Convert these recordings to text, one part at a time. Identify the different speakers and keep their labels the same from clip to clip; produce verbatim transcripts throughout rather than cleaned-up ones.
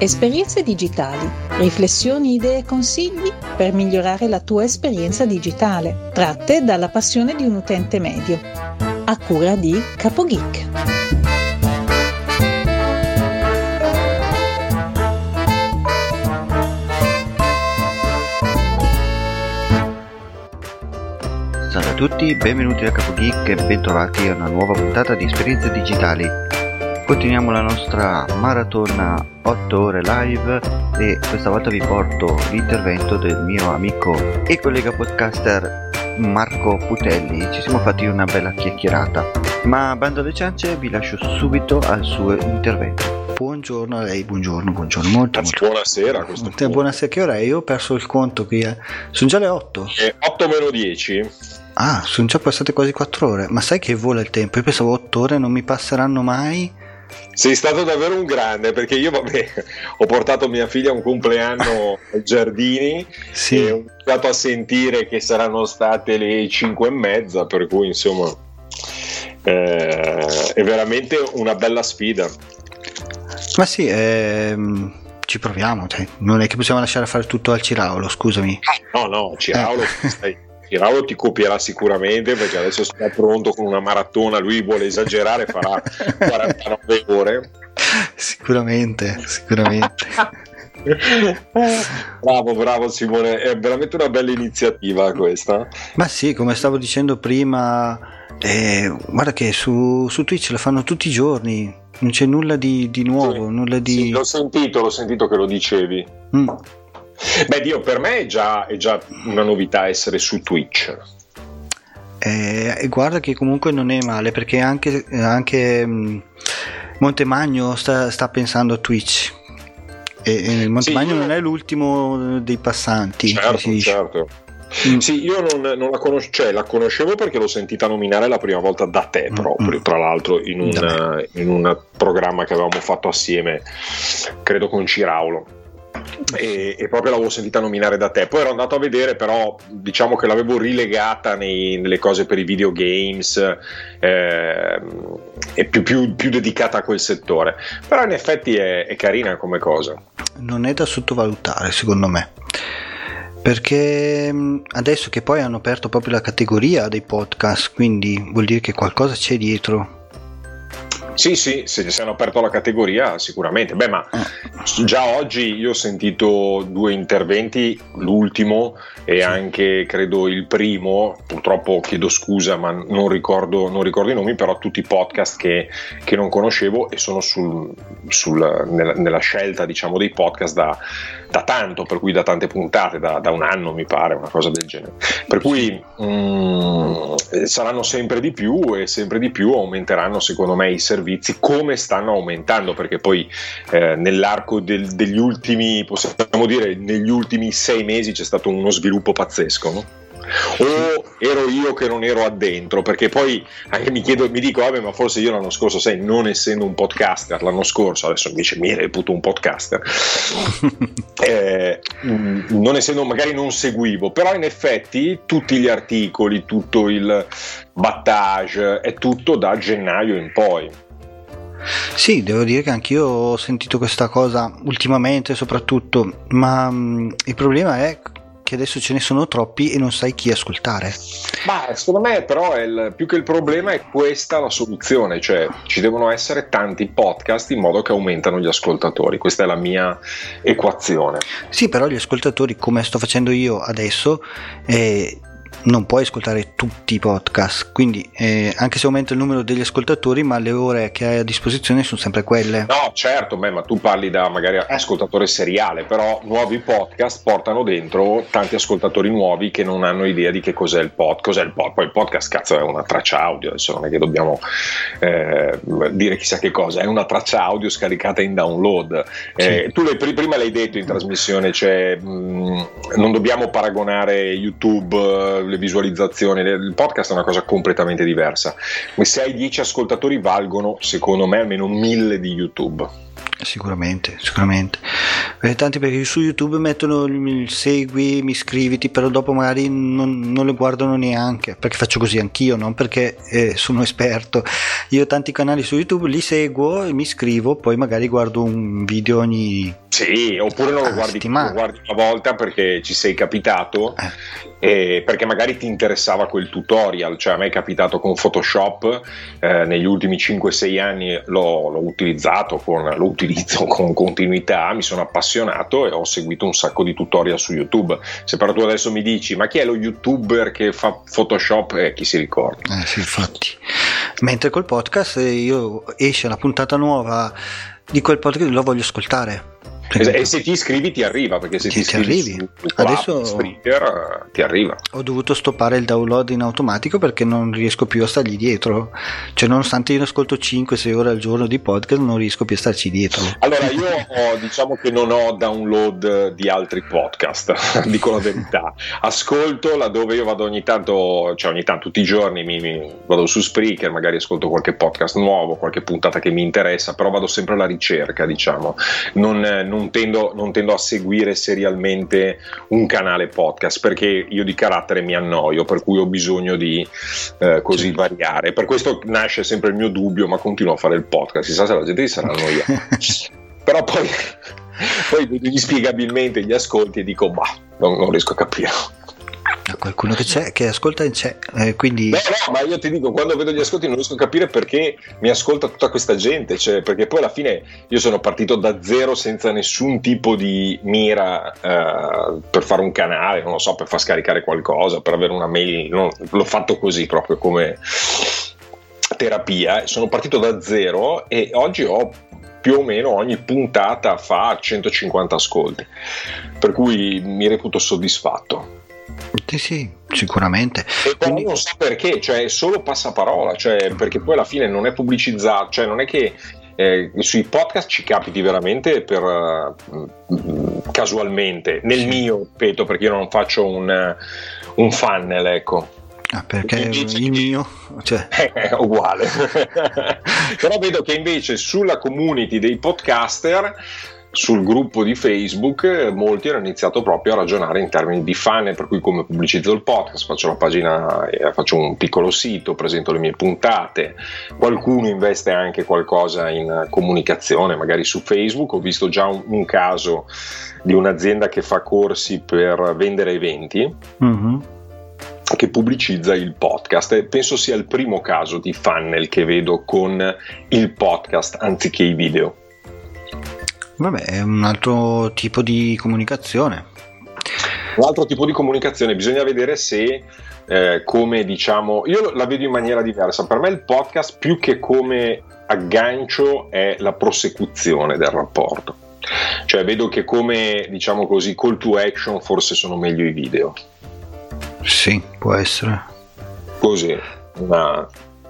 Speaker 1: Esperienze digitali, riflessioni, idee e consigli per migliorare la tua esperienza digitale, tratte dalla passione di un utente medio, a cura di CapoGeek.
Speaker 2: Salve a tutti, benvenuti da CapoGeek e bentrovati a una nuova puntata di Esperienze Digitali. Continuiamo la nostra maratona otto ore live e questa volta vi porto l'intervento del mio amico e collega podcaster Marco Putelli. Ci siamo fatti una bella chiacchierata, ma bando alle ciance, vi lascio subito al suo intervento. Buongiorno a lei, buongiorno, buongiorno, molto, molto.
Speaker 3: Buonasera a questo punto.
Speaker 2: Buonasera, che ora è? Io ho perso il conto qui, eh. Sono già le otto.
Speaker 3: È otto meno dieci.
Speaker 2: Ah, sono già passate quasi quattro ore, ma sai che vola il tempo? Io pensavo otto ore non mi passeranno mai.
Speaker 3: Sei stato davvero un grande, perché io vabbè ho portato mia figlia a un compleanno ai giardini, sì. E ho iniziato a sentire che saranno state le cinque e mezza, per cui insomma eh, è veramente una bella sfida.
Speaker 2: Ma sì, ehm, ci proviamo, cioè, non è che possiamo lasciare fare tutto al Ciraulo, scusami.
Speaker 3: No, no, Ciraulo eh. stai... Ciraulo ti copierà sicuramente, perché adesso sta pronto con una maratona, lui vuole esagerare, farà quarantanove ore.
Speaker 2: Sicuramente, sicuramente.
Speaker 3: Bravo, bravo Simone, è veramente una bella iniziativa questa.
Speaker 2: Ma sì, come stavo dicendo prima, eh, guarda che su, su Twitch lo fanno tutti i giorni, non c'è nulla di, di nuovo,
Speaker 3: sì,
Speaker 2: nulla di...
Speaker 3: Sì, l'ho sentito, l'ho sentito che lo dicevi. Mm. Beh, Dio, per me è già, è già una novità essere su Twitch.
Speaker 2: Eh, e guarda che comunque non è male, perché anche, anche um, Montemagno sta, sta pensando a Twitch. E, e Montemagno sì, io... non è l'ultimo dei passanti.
Speaker 3: Certo, certo. Mm. Sì, io non, non la conoscevo, cioè la conoscevo perché l'ho sentita nominare la prima volta da te proprio, mm. tra l'altro in un, in un programma che avevamo fatto assieme, credo con Ciraulo. E, e proprio l'avevo sentita nominare da te. Poi ero andato a vedere, però diciamo che l'avevo rilegata nei, nelle cose per i videogames, eh, è più, più, più dedicata a quel settore, però in effetti è, è carina come cosa.
Speaker 2: Non è da sottovalutare secondo me, perché adesso che poi hanno aperto proprio la categoria dei podcast, quindi vuol dire che qualcosa c'è dietro.
Speaker 3: Sì, sì, se, se hanno aperto la categoria sicuramente. Beh, ma già oggi io ho sentito due interventi, l'ultimo e sì. anche credo il primo, purtroppo chiedo scusa ma non ricordo, non ricordo i nomi, però tutti i podcast che, che non conoscevo e sono sul, sul, nella, nella scelta diciamo dei podcast da, da tanto, per cui da tante puntate, da, da un anno mi pare, una cosa del genere. Per cui mh, saranno sempre di più e sempre di più aumenteranno secondo me i servizi, come stanno aumentando, perché poi eh, nell'arco del, degli ultimi, possiamo dire negli ultimi sei mesi c'è stato uno sviluppo pazzesco, no? O ero io che non ero addentro, perché poi anche mi chiedo, mi dico vabbè, ma forse io l'anno scorso, sai, non essendo un podcaster l'anno scorso, adesso invece mi reputo un podcaster eh, non essendo, magari non seguivo, però in effetti tutti gli articoli, tutto il battage è tutto da gennaio in poi.
Speaker 2: Sì, devo dire che anch'io ho sentito questa cosa ultimamente soprattutto, ma mh, il problema è che adesso ce ne sono troppi e non sai chi ascoltare.
Speaker 3: Ma secondo me però è il, più che il problema è questa la soluzione, cioè ci devono essere tanti podcast in modo che aumentano gli ascoltatori, questa è la mia equazione.
Speaker 2: Sì, però gli ascoltatori, come sto facendo io adesso, eh, non puoi ascoltare tutti i podcast, quindi eh, anche se aumenta il numero degli ascoltatori, ma le ore che hai a disposizione sono sempre quelle.
Speaker 3: No, certo, beh, ma tu parli da magari ascoltatore seriale, però nuovi podcast portano dentro tanti ascoltatori nuovi che non hanno idea di che cos'è il pod, cos'è il pod, poi il podcast cazzo è una traccia audio, adesso non è che dobbiamo eh, dire chissà che cosa, è una traccia audio scaricata in download. Eh, sì. Tu l'hai, prima l'hai detto in trasmissione, cioè mh, non dobbiamo paragonare YouTube, le visualizzazioni, il podcast è una cosa completamente diversa. Se hai dieci ascoltatori valgono secondo me almeno mille di YouTube.
Speaker 2: Sicuramente, sicuramente. Eh, tanti perché su YouTube mettono il segui, mi iscriviti, però dopo magari non, non le guardano neanche, perché faccio così anch'io, non perché eh, sono esperto. Io ho tanti canali su YouTube, li seguo e mi iscrivo, poi magari guardo un video ogni
Speaker 3: sì, oppure non lo guardi, lo guardi una volta perché ci sei capitato, eh. e perché magari ti interessava quel tutorial. Cioè a me è capitato con Photoshop, eh, negli ultimi cinque sei anni l'ho, l'ho utilizzato con, lo utilizzo con continuità, mi sono appassionato e ho seguito un sacco di tutorial su YouTube. Se però tu adesso mi dici ma chi è lo youtuber che fa Photoshop, eh, chi si ricorda?
Speaker 2: Eh sì, infatti. Mentre col podcast io esce la puntata nuova di quel podcast, lo voglio ascoltare.
Speaker 3: E se ti iscrivi ti arriva, perché se ti, ti iscrivi
Speaker 2: arrivi.
Speaker 3: Su, su
Speaker 2: adesso
Speaker 3: Spreaker ti arriva.
Speaker 2: Ho dovuto stoppare il download in automatico perché non riesco più a stargli dietro, cioè nonostante io ne ascolto cinque sei ore al giorno di podcast non riesco più a starci dietro.
Speaker 3: Allora io ho, diciamo che non ho download di altri podcast, dico la verità, ascolto laddove io vado ogni tanto, cioè ogni tanto tutti i giorni mi, mi vado su Spreaker, magari ascolto qualche podcast nuovo, qualche puntata che mi interessa, però vado sempre alla ricerca, diciamo, non, non Non tendo, non tendo a seguire serialmente un canale podcast perché io di carattere mi annoio, per cui ho bisogno di eh, così sì. variare. Per questo nasce sempre il mio dubbio, ma continuo a fare il podcast, chissà se la gente si sarà annoiata. Però poi, poi inspiegabilmente gli ascolti e dico bah, non, non riesco a capire.
Speaker 2: Qualcuno che c'è, che ascolta e c'è, eh, quindi
Speaker 3: no no ma io ti dico, quando vedo gli ascolti non riesco a capire perché mi ascolta tutta questa gente, cioè, perché poi alla fine io sono partito da zero senza nessun tipo di mira eh, per fare un canale, non lo so, per far scaricare qualcosa, per avere una mail, no, l'ho fatto così proprio come terapia, sono partito da zero e oggi ho più o meno ogni puntata fa centocinquanta ascolti, per cui mi reputo soddisfatto.
Speaker 2: Sì, sì, sicuramente.
Speaker 3: E però non so perché, cioè è solo passaparola, cioè perché poi alla fine non è pubblicizzato, cioè non è che eh, sui podcast ci capiti veramente per uh, casualmente, nel sì. mio, ripeto, perché io non faccio un, un funnel, ecco.
Speaker 2: Ah, perché invece il mio cioè.
Speaker 3: è uguale. Però vedo che invece sulla community dei podcaster, sul gruppo di Facebook, molti hanno iniziato proprio a ragionare in termini di funnel, per cui come pubblicizzo il podcast, faccio la pagina, eh, faccio un piccolo sito, presento le mie puntate, qualcuno investe anche qualcosa in comunicazione, magari su Facebook. Ho visto già un, un caso di un'azienda che fa corsi per vendere eventi, mm-hmm. che pubblicizza il podcast, e penso sia il primo caso di funnel che vedo con il podcast anziché i video.
Speaker 2: Vabbè, è un altro tipo di comunicazione.
Speaker 3: Un altro tipo di comunicazione, bisogna vedere se, eh, come diciamo, io la vedo in maniera diversa. Per me il podcast, più che come aggancio, è la prosecuzione del rapporto. Cioè vedo che come, diciamo così, call to action forse sono meglio i video.
Speaker 2: Sì, può essere.
Speaker 3: Così, ma...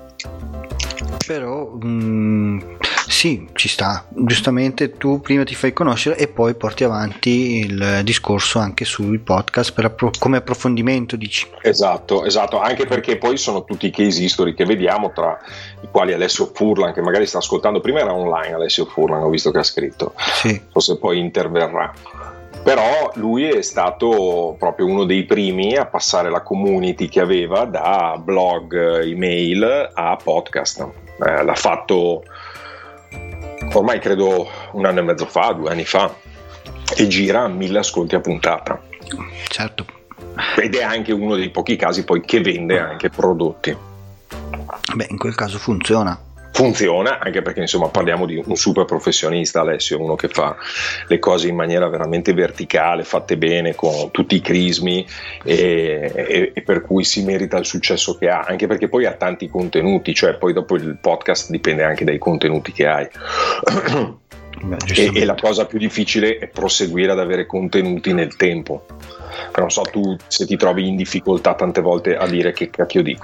Speaker 2: Però... Mh... Sì, ci sta. Giustamente tu prima ti fai conoscere e poi porti avanti il discorso anche sui podcast per appro- come approfondimento, dici.
Speaker 3: Esatto, esatto, anche perché poi sono tutti i case history che vediamo, tra i quali Alessio Furlan, che magari sta ascoltando, prima era online Alessio Furlan, ho visto che ha scritto,
Speaker 2: sì.
Speaker 3: Forse poi interverrà. Però lui è stato proprio uno dei primi a passare la community che aveva da blog, email a podcast. Eh, l'ha fatto ormai credo un anno e mezzo fa, due anni fa, e gira a mille ascolti a puntata.
Speaker 2: Certo.
Speaker 3: Ed è anche uno dei pochi casi poi che vende anche prodotti.
Speaker 2: Beh, in quel caso funziona.
Speaker 3: Funziona, anche perché insomma parliamo di un super professionista, Alessio, uno che fa le cose in maniera veramente verticale, fatte bene, con tutti i crismi, e, e, e per cui si merita il successo che ha, anche perché poi ha tanti contenuti, cioè poi dopo il podcast dipende anche dai contenuti che hai. Beh, e, e la cosa più difficile è proseguire ad avere contenuti nel tempo. Non so tu se ti trovi in difficoltà tante volte a dire che cacchio dico.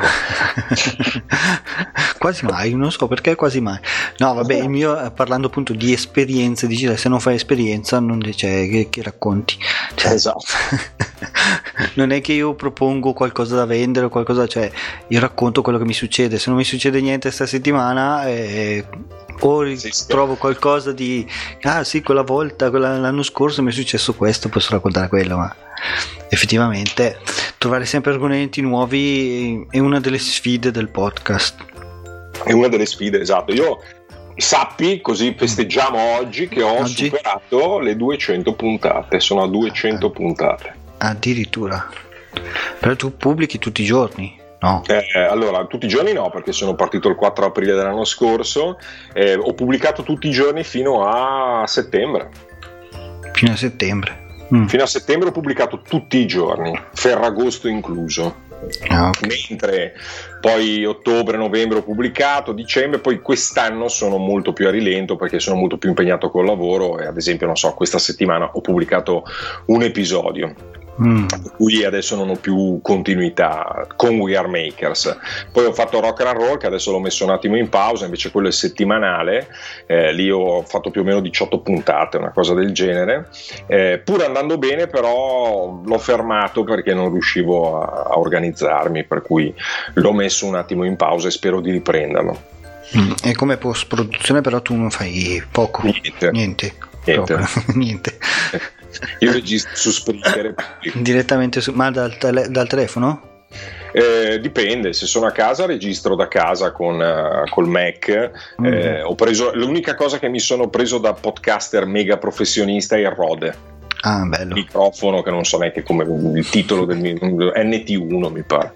Speaker 2: Quasi mai, non so perché quasi mai. No vabbè, il mio, parlando appunto di esperienze, dici se non fai esperienza non c'è che, che racconti, cioè,
Speaker 3: esatto.
Speaker 2: Non è che io propongo qualcosa da vendere o qualcosa, cioè io racconto quello che mi succede. Se non mi succede niente sta settimana, eh, o sì, sì. trovo qualcosa di ah sì, quella volta, quella, l'anno scorso mi è successo questo, posso raccontare quello, ma effettivamente trovare sempre argomenti nuovi è una delle sfide del podcast.
Speaker 3: È una delle sfide, esatto. Io sappi, così festeggiamo oggi che ho oggi? superato le duecento puntate, sono a duecento ah, puntate.
Speaker 2: Addirittura. Però tu pubblichi tutti i giorni? No.
Speaker 3: Eh, allora, tutti i giorni no, perché sono partito il quattro aprile dell'anno scorso, eh, ho pubblicato tutti i giorni fino a settembre.
Speaker 2: Fino a settembre?
Speaker 3: Mm. Fino a settembre ho pubblicato tutti i giorni, Ferragosto incluso.
Speaker 2: Ah, okay.
Speaker 3: Mentre poi ottobre, novembre ho pubblicato, dicembre, poi quest'anno sono molto più a rilento perché sono molto più impegnato col lavoro e ad esempio, non so, questa settimana ho pubblicato un episodio. Mm. Per cui adesso non ho più continuità con We Are Makers. Poi ho fatto Rock and Roll, che adesso l'ho messo un attimo in pausa, invece quello è settimanale, eh, lì ho fatto più o meno diciotto puntate, una cosa del genere, eh, pur andando bene, però l'ho fermato perché non riuscivo a, a organizzarmi, per cui l'ho messo un attimo in pausa e spero di riprenderlo.
Speaker 2: Mm. E come post produzione però tu non fai poco?
Speaker 3: Niente.
Speaker 2: Niente.
Speaker 3: Niente.
Speaker 2: Niente.
Speaker 3: Io registro su Spreaker
Speaker 2: direttamente su, ma dal, tele, dal telefono?
Speaker 3: Eh, dipende, se sono a casa registro da casa con uh, col Mac. Mm. Eh, ho preso, l'unica cosa che mi sono preso da podcaster mega professionista è il Rode.
Speaker 2: Ah, bello.
Speaker 3: Il microfono che non so neanche come il titolo del mio N T uno mi pare,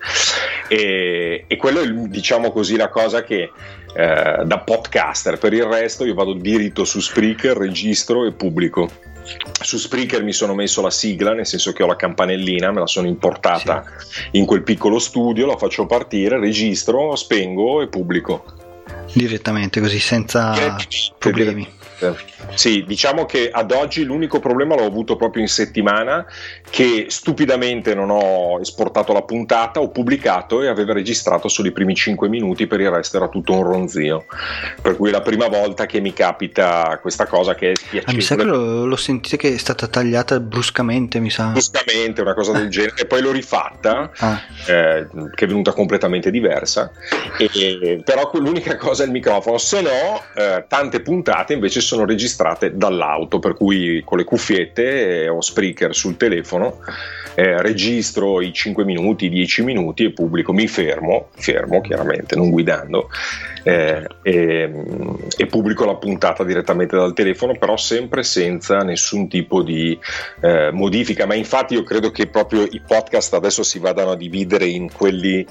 Speaker 3: e, e quello è, diciamo così, la cosa che eh, da podcaster. Per il resto io vado diritto su Spreaker, registro e pubblico. Su Spreaker mi sono messo la sigla, nel senso che ho la campanellina, me la sono importata sì. in quel piccolo studio, la faccio partire, registro, spengo e pubblico
Speaker 2: direttamente, così senza problemi.
Speaker 3: Sì, diciamo che ad oggi l'unico problema l'ho avuto proprio in settimana, che stupidamente non ho esportato la puntata, ho pubblicato e aveva registrato solo i primi cinque minuti, per il resto era tutto un ronzio, per cui è la prima volta che mi capita questa cosa che è piacevole.
Speaker 2: Ah, mi sa che lo, lo sentite che è stata tagliata bruscamente, mi sa.
Speaker 3: Bruscamente, una cosa del genere, e poi l'ho rifatta, ah. eh, che è venuta completamente diversa, e, però l'unica cosa è il microfono, se no eh, tante puntate invece sono registrate dall'auto, per cui con le cuffiette eh, ho Spreaker sul telefono, eh, registro i cinque minuti, i dieci minuti e pubblico, mi fermo, fermo chiaramente, non guidando, eh, e, e pubblico la puntata direttamente dal telefono, però sempre senza nessun tipo di eh, modifica. Ma infatti io credo che proprio i podcast adesso si vadano a dividere in quelli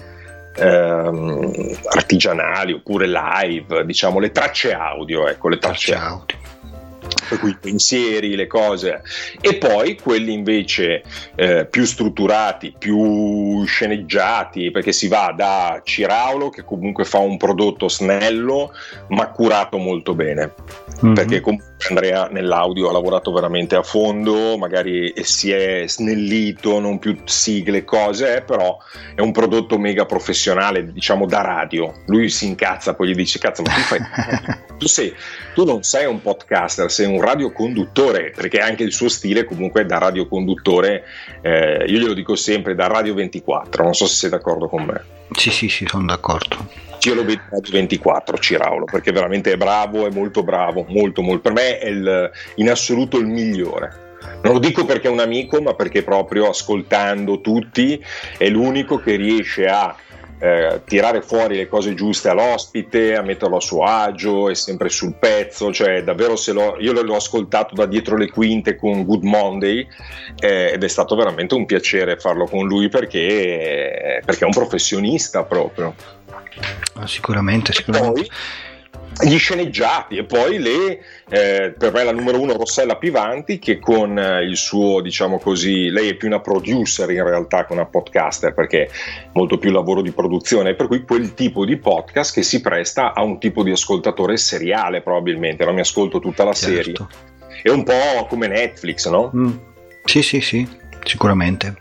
Speaker 3: ehm, artigianali oppure live, diciamo le tracce audio, ecco, le tracce, tracce audio, per cui i pensieri, le cose, e poi quelli invece eh, più strutturati, più sceneggiati, perché si va da Ciraulo, che comunque fa un prodotto snello ma curato molto bene, mm-hmm. perché comunque Andrea nell'audio ha lavorato veramente a fondo, magari si è snellito, non più sigle, cose, eh, però è un prodotto mega professionale, diciamo da radio. Lui si incazza, poi gli dice: cazzo, ma tu fai tu sei tu non sei un podcaster, sei un radioconduttore, perché anche il suo stile comunque da radioconduttore, eh, io glielo dico sempre, da Radio ventiquattro, non so se sei d'accordo con me.
Speaker 2: Sì sì sì, sono d'accordo.
Speaker 3: Io lo vedo Radio ventiquattro Ciraulo, perché veramente è bravo, è molto bravo, molto molto, per me è il, in assoluto il migliore. Non lo dico perché è un amico, ma perché proprio ascoltando tutti è l'unico che riesce a eh, tirare fuori le cose giuste all'ospite, a metterlo a suo agio, è sempre sul pezzo, cioè davvero, se l'ho, io l'ho ascoltato da dietro le quinte con Good Monday, eh, ed è stato veramente un piacere farlo con lui, perché, perché è un professionista proprio.
Speaker 2: Ah, sicuramente, sicuramente.
Speaker 3: Poi gli sceneggiati, e poi le eh, per me la numero uno, Rossella Pivanti, che con eh, il suo, diciamo così, lei è più una producer in realtà che una podcaster, perché molto più lavoro di produzione, per cui quel tipo di podcast che si presta a un tipo di ascoltatore seriale, probabilmente non mi ascolto tutta la certo. serie, è un po' come Netflix, no?
Speaker 2: Mm. Sì sì sì, sicuramente.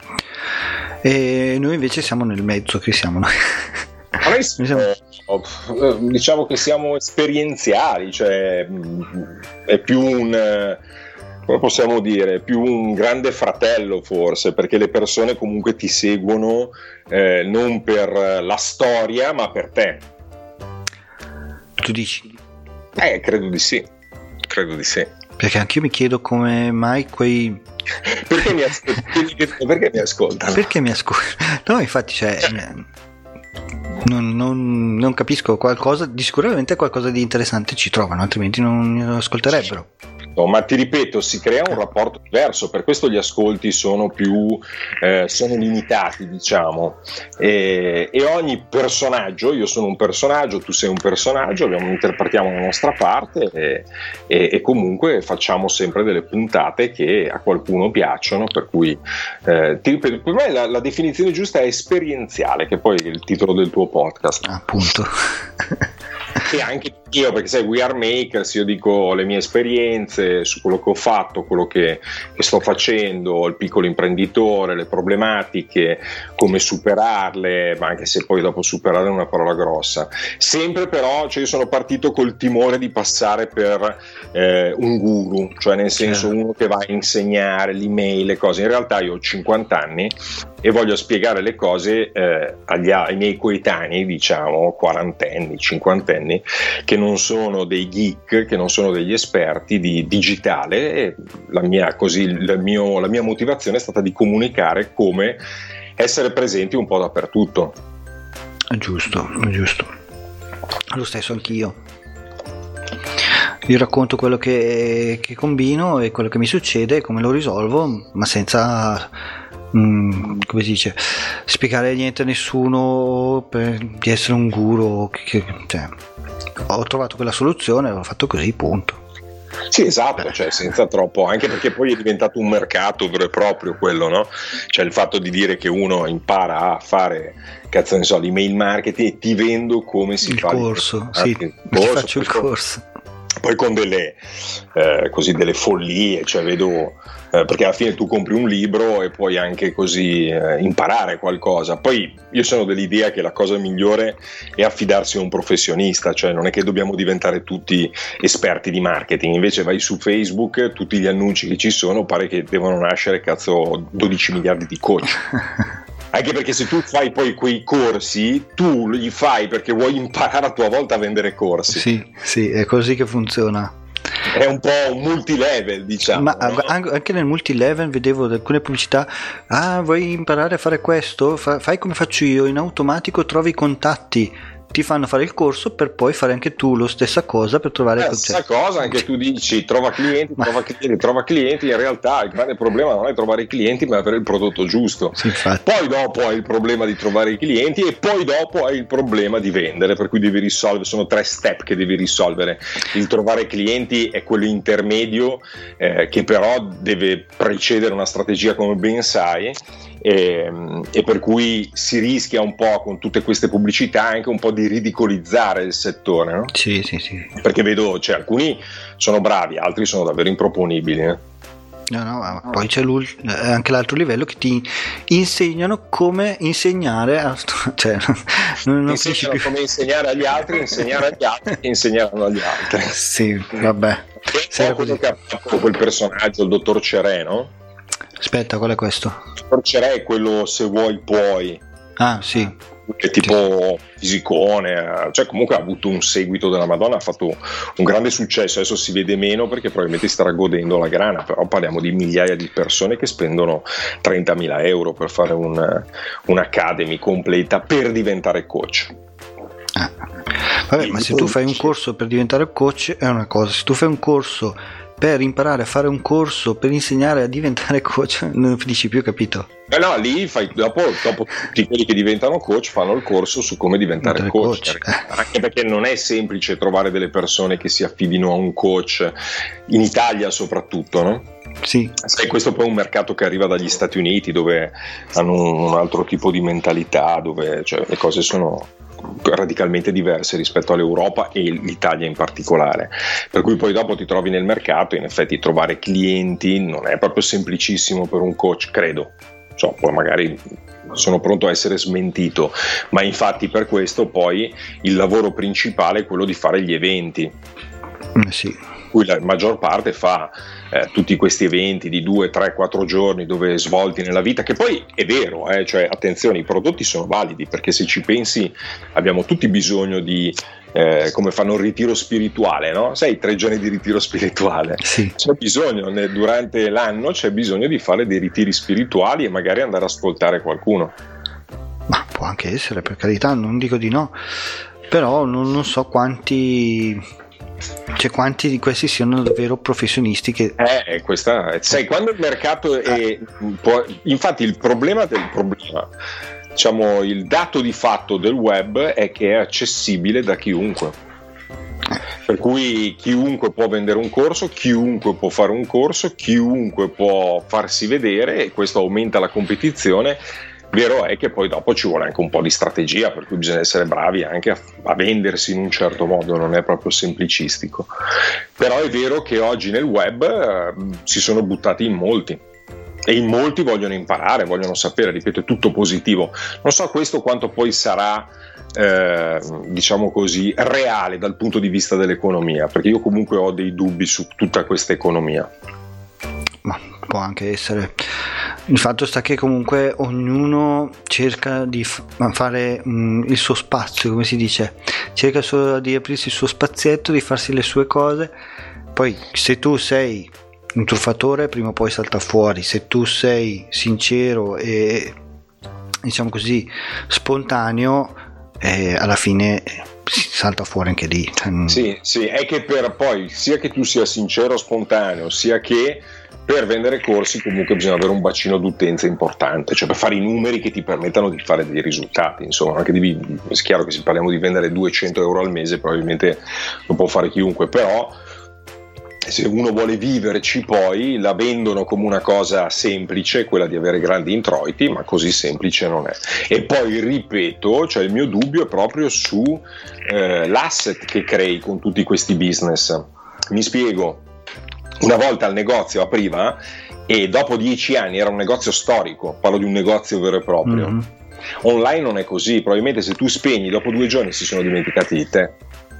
Speaker 2: E noi invece siamo nel mezzo, che siamo noi.
Speaker 3: Siamo, diciamo che siamo esperienziali, cioè è più un, come possiamo dire, più un grande fratello forse, perché le persone comunque ti seguono eh, non per la storia ma per te.
Speaker 2: Tu dici?
Speaker 3: Eh, credo di sì, credo di sì.
Speaker 2: Perché anch'io mi chiedo come mai quei...
Speaker 3: Perché mi ascoltano? Perché mi ascoltano?
Speaker 2: Perché mi ascoltano? No, infatti, cioè... Non, non, non capisco qualcosa, di sicuramente qualcosa di interessante ci trovano, altrimenti non mi ascolterebbero.
Speaker 3: Ma ti ripeto, si crea un rapporto diverso, per questo gli ascolti sono più eh, sono limitati, diciamo, e, e ogni personaggio, io sono un personaggio, tu sei un personaggio, abbiamo, interpretiamo la nostra parte e, e, e comunque facciamo sempre delle puntate che a qualcuno piacciono, per cui eh, ti ripeto, per me la, la definizione giusta è esperienziale, che poi è il titolo del tuo podcast.
Speaker 2: Appunto.
Speaker 3: E anche io, perché sai, We Are Makers, io dico le mie esperienze su quello che ho fatto, quello che, che sto facendo, il piccolo imprenditore, le problematiche, come superarle, ma anche se poi dopo superare è una parola grossa. Sempre però, cioè io sono partito col timore di passare per eh, un guru, cioè nel senso uno che va a insegnare l'email, le cose. In realtà io ho cinquanta anni e voglio spiegare le cose eh, agli, ai miei coetanei, diciamo quarantenni, cinquantenni, che non sono dei geek, che non sono degli esperti di digitale, e la mia, così, il mio, la mia motivazione è stata di comunicare come essere presenti un po' dappertutto.
Speaker 2: È giusto, è giusto. Lo stesso anch'io. Io racconto quello che, che combino e quello che mi succede, come lo risolvo, ma senza... Mm, come si dice, spiegare niente a nessuno per, di essere un guru, che, cioè, ho trovato quella soluzione, l'ho fatto così, punto.
Speaker 3: Sì, esatto, cioè senza troppo, anche perché poi è diventato un mercato vero e proprio quello, no? Cioè il fatto di dire che uno impara a fare, cazzo ne so, l'email marketing e ti vendo come si
Speaker 2: il
Speaker 3: fa
Speaker 2: corso, sì,
Speaker 3: il
Speaker 2: corso,
Speaker 3: corso,
Speaker 2: faccio il corso.
Speaker 3: Poi con delle eh, così delle follie, cioè vedo eh, perché alla fine tu compri un libro e puoi anche così eh, imparare qualcosa. Poi io sono dell'idea che la cosa migliore è affidarsi a un professionista, cioè non è che dobbiamo diventare tutti esperti di marketing. Invece vai su Facebook, tutti gli annunci che ci sono pare che devono nascere cazzo dodici miliardi di coach. Anche perché se tu fai poi quei corsi, tu li fai perché vuoi imparare a tua volta a vendere corsi.
Speaker 2: Sì, sì, è così che funziona.
Speaker 3: È un po' un multilevel, diciamo.
Speaker 2: Ma
Speaker 3: no?
Speaker 2: Anche nel multilevel vedevo alcune pubblicità. Ah, vuoi imparare a fare questo? Fa, fai come faccio io, in automatico trovi i contatti. Ti fanno fare il corso per poi fare anche tu lo stessa cosa per trovare
Speaker 3: la stessa cosa, anche tu dici trova clienti, ma... trova clienti, trova clienti. In realtà il grande problema non è trovare i clienti, ma avere il prodotto giusto.
Speaker 2: Sì,
Speaker 3: poi dopo hai il problema di trovare i clienti e poi dopo hai il problema di vendere, per cui devi risolvere, sono tre step che devi risolvere. Il trovare clienti è quello intermedio eh, che però deve precedere una strategia, come ben sai. E, e per cui si rischia un po' con tutte queste pubblicità anche un po' di ridicolizzare il settore, no?
Speaker 2: Sì, sì, sì.
Speaker 3: Perché vedo, cioè, alcuni sono bravi, altri sono davvero improponibili. Eh?
Speaker 2: No, no, ma poi c'è anche l'altro livello che ti insegnano come insegnare, a, cioè non, non
Speaker 3: insegnano più. Come insegnare agli altri, insegnare agli altri che insegneranno agli altri.
Speaker 2: Sì, vabbè.
Speaker 3: È un po' quello che ha fatto quel personaggio, il dottor Cerè, no?
Speaker 2: Aspetta, qual è questo?
Speaker 3: Il dottor Cerè è quello se vuoi puoi.
Speaker 2: Ah, sì.
Speaker 3: È tipo fisicone, cioè comunque ha avuto un seguito della Madonna, ha fatto un grande successo. Adesso si vede meno perché probabilmente starà godendo la grana, però parliamo di migliaia di persone che spendono trentamila euro per fare un, un'academy completa per diventare coach.
Speaker 2: Ah. Vabbè, ma se tu fai un corso per diventare coach è una cosa, se tu fai un corso per imparare a fare un corso per insegnare a diventare coach non finisci più, capito?
Speaker 3: Eh no, lì fai dopo, dopo tutti quelli che diventano coach fanno il corso su come diventare coach, coach. Anche perché non è semplice trovare delle persone che si affidino a un coach in Italia soprattutto, no?
Speaker 2: Sì.
Speaker 3: Sai, questo poi è un mercato che arriva dagli Stati Uniti, dove hanno un altro tipo di mentalità, dove cioè, le cose sono radicalmente diverse rispetto all'Europa e l'Italia in particolare, per cui poi dopo ti trovi nel mercato e in effetti trovare clienti non è proprio semplicissimo per un coach, credo. So, poi magari sono pronto a essere smentito, ma infatti per questo poi il lavoro principale è quello di fare gli eventi.
Speaker 2: Eh sì.
Speaker 3: cui la maggior parte fa eh, tutti questi eventi di due, tre, quattro giorni dove svolti nella vita, che poi è vero, eh, cioè attenzione, i prodotti sono validi, perché se ci pensi abbiamo tutti bisogno di Eh, come fanno un ritiro spirituale, no? Sai, tre giorni di ritiro spirituale,
Speaker 2: sì.
Speaker 3: C'è bisogno, né, durante l'anno c'è bisogno di fare dei ritiri spirituali e magari andare ad ascoltare qualcuno.
Speaker 2: Ma può anche essere, per carità, non dico di no, però non, non so quanti cioè quanti di questi siano davvero professionisti che
Speaker 3: eh, questa, sai, quando il mercato è può, infatti il problema del problema diciamo, il dato di fatto del web è che è accessibile da chiunque, per cui chiunque può vendere un corso, chiunque può fare un corso, chiunque può farsi vedere, e questo aumenta la competizione. Vero è che poi dopo ci vuole anche un po' di strategia, per cui bisogna essere bravi anche a, a vendersi in un certo modo, non è proprio semplicistico. Però è vero che oggi nel web eh, si sono buttati in molti, e in molti vogliono imparare, vogliono sapere, ripeto, è tutto positivo. Non so questo quanto poi sarà eh, diciamo così reale dal punto di vista dell'economia, perché io comunque ho dei dubbi su tutta questa economia.
Speaker 2: Ma può anche essere. Il fatto sta che comunque ognuno cerca di f- fare mh, il suo spazio, come si dice, cerca solo di aprirsi il suo spazietto, di farsi le sue cose. Poi se tu sei un truffatore prima o poi salta fuori, se tu sei sincero e diciamo così spontaneo eh, alla fine si salta fuori anche lì.
Speaker 3: Sì, sì, è che per poi sia che tu sia sincero, spontaneo, sia che per vendere corsi comunque bisogna avere un bacino d'utenza importante, cioè per fare i numeri che ti permettano di fare dei risultati, insomma, anche di, è chiaro che se parliamo di vendere duecento euro al mese probabilmente lo può fare chiunque, però se uno vuole viverci poi la vendono come una cosa semplice, quella di avere grandi introiti, ma così semplice non è. E poi ripeto, cioè il mio dubbio è proprio su eh, l'asset che crei con tutti questi business. Mi spiego, una volta il negozio apriva e dopo dieci anni era un negozio storico, parlo di un negozio vero e proprio. Mm-hmm. Online non è così, probabilmente se tu spegni dopo due giorni si sono dimenticati di te.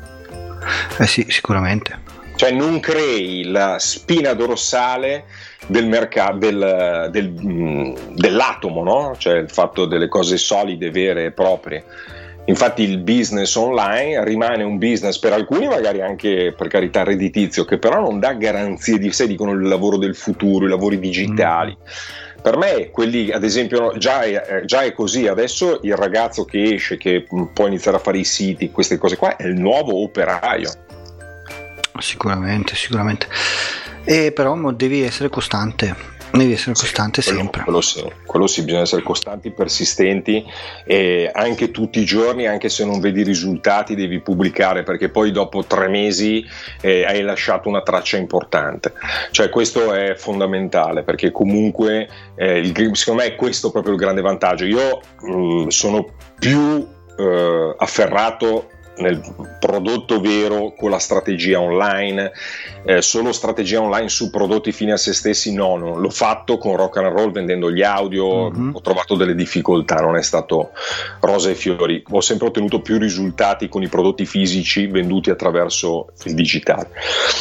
Speaker 2: Eh sì, sicuramente.
Speaker 3: Cioè non crei la spina dorsale del mercato del, del, dell'atomo, no? Cioè il fatto delle cose solide, vere e proprie. Infatti il business online rimane un business per alcuni magari anche, per carità, redditizio, che però non dà garanzie di sé, dicono il lavoro del futuro, i lavori digitali. Mm. Per me quelli, ad esempio, già è, già è così. Adesso il ragazzo che esce, che può iniziare a fare i siti, queste cose qua, è il nuovo operaio.
Speaker 2: Sicuramente, sicuramente. E però devi essere costante, devi essere sì, costante
Speaker 3: quello,
Speaker 2: sempre.
Speaker 3: Quello sì, quello sì, bisogna essere costanti, persistenti, e anche tutti i giorni, anche se non vedi risultati, devi pubblicare, perché poi dopo tre mesi eh, hai lasciato una traccia importante. Cioè questo è fondamentale, perché comunque eh, il, secondo me è questo proprio il grande vantaggio. Io mh, sono più eh, afferrato nel prodotto vero con la strategia online, eh, solo strategia online su prodotti fini a se stessi no, non l'ho fatto con Rock and Roll vendendo gli audio, mm-hmm. Ho trovato delle difficoltà, non è stato rose e fiori, ho sempre ottenuto più risultati con i prodotti fisici venduti attraverso il digitale.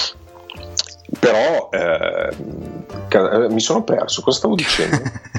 Speaker 3: Però eh, mi sono perso, cosa stavo dicendo?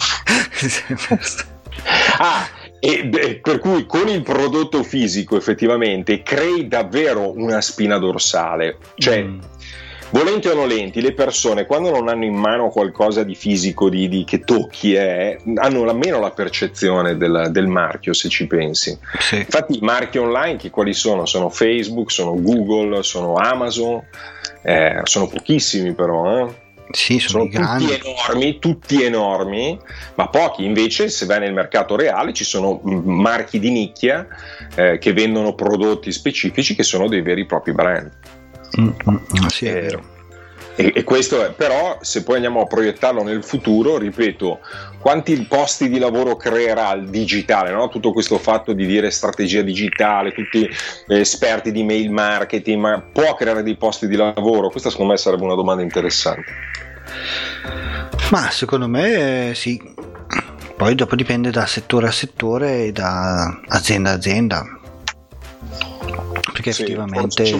Speaker 3: ah E per cui con il prodotto fisico effettivamente crei davvero una spina dorsale, cioè mm. volenti o nolenti le persone quando non hanno in mano qualcosa di fisico di, di che tocchi eh, hanno almeno la percezione del, del marchio, se ci pensi. Sì. Infatti i marchi online che quali sono? Sono Facebook, sono Google, sono Amazon, eh, sono pochissimi però eh.
Speaker 2: Sì, sono,
Speaker 3: sono tutti enormi, tutti enormi, ma pochi. Invece se vai nel mercato reale ci sono marchi di nicchia eh, che vendono prodotti specifici che sono dei veri e propri brand.
Speaker 2: Mm-hmm. Sì, è vero.
Speaker 3: E, e questo è, però se poi andiamo a proiettarlo nel futuro, ripeto, quanti posti di lavoro creerà il digitale, no? Tutto questo fatto di dire strategia digitale, tutti esperti di mail marketing, ma può creare dei posti di lavoro? Questa secondo me sarebbe una domanda interessante.
Speaker 2: Ma secondo me sì, poi dopo dipende da settore a settore e da azienda a azienda, perché sì, effettivamente
Speaker 3: ci vorrà